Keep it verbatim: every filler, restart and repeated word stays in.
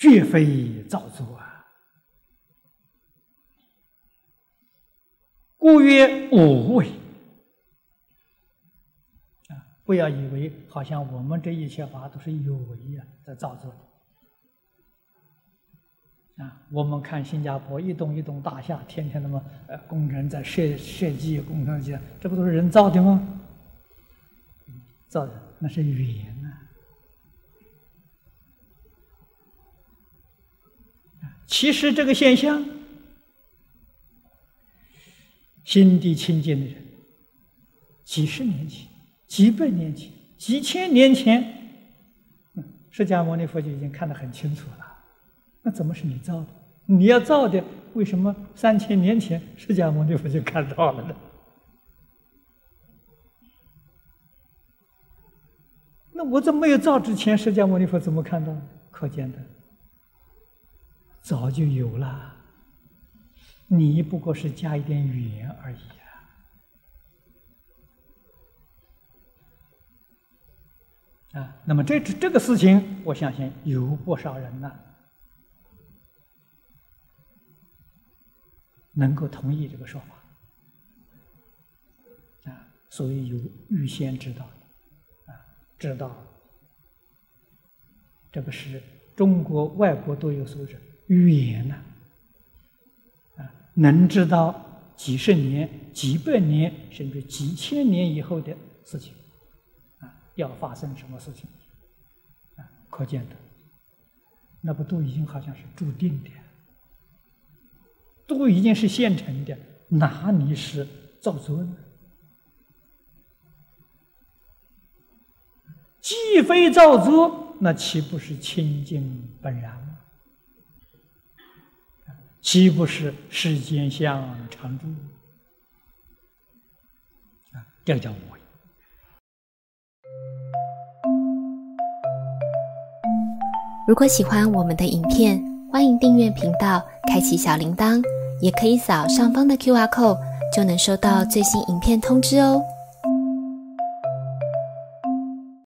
绝非造作啊！故曰我为啊！不要以为好像我们这一切法都是有为啊，在造作的啊！我们看新加坡一栋一栋大厦，天天那么呃工人在设设计工程机，这不都是人造的吗？造的那是缘呐、啊！其实这个现象，心地清净的人，几十年前、几百年前、几千年前，释迦牟尼佛就已经看得很清楚了。那怎么是你造的？你要造的，为什么三千年前释迦牟尼佛就看到了呢？那我在没有造之前，释迦牟尼佛怎么看到？可见的，早就有了，你不过是加一点缘而已啊！啊，那么这这个事情，我相信有不少人呢、啊，能够同意这个说法啊，所以有预先知道的。知道这个是中国外国都有所指缘呐，啊，能知道几十年、几百年甚至几千年以后的事情，啊，要发生什么事情，啊，可见的，那不都已经好像是注定的，都已经是现成的，哪里是造作呢？既非造作，那岂不是清净本然吗？岂不是世间相常住？啊，这个叫无为。 如果喜欢我们的影片，欢迎订阅频道，开启小铃铛，也可以扫上方的 Q R code， 就能收到最新影片通知哦。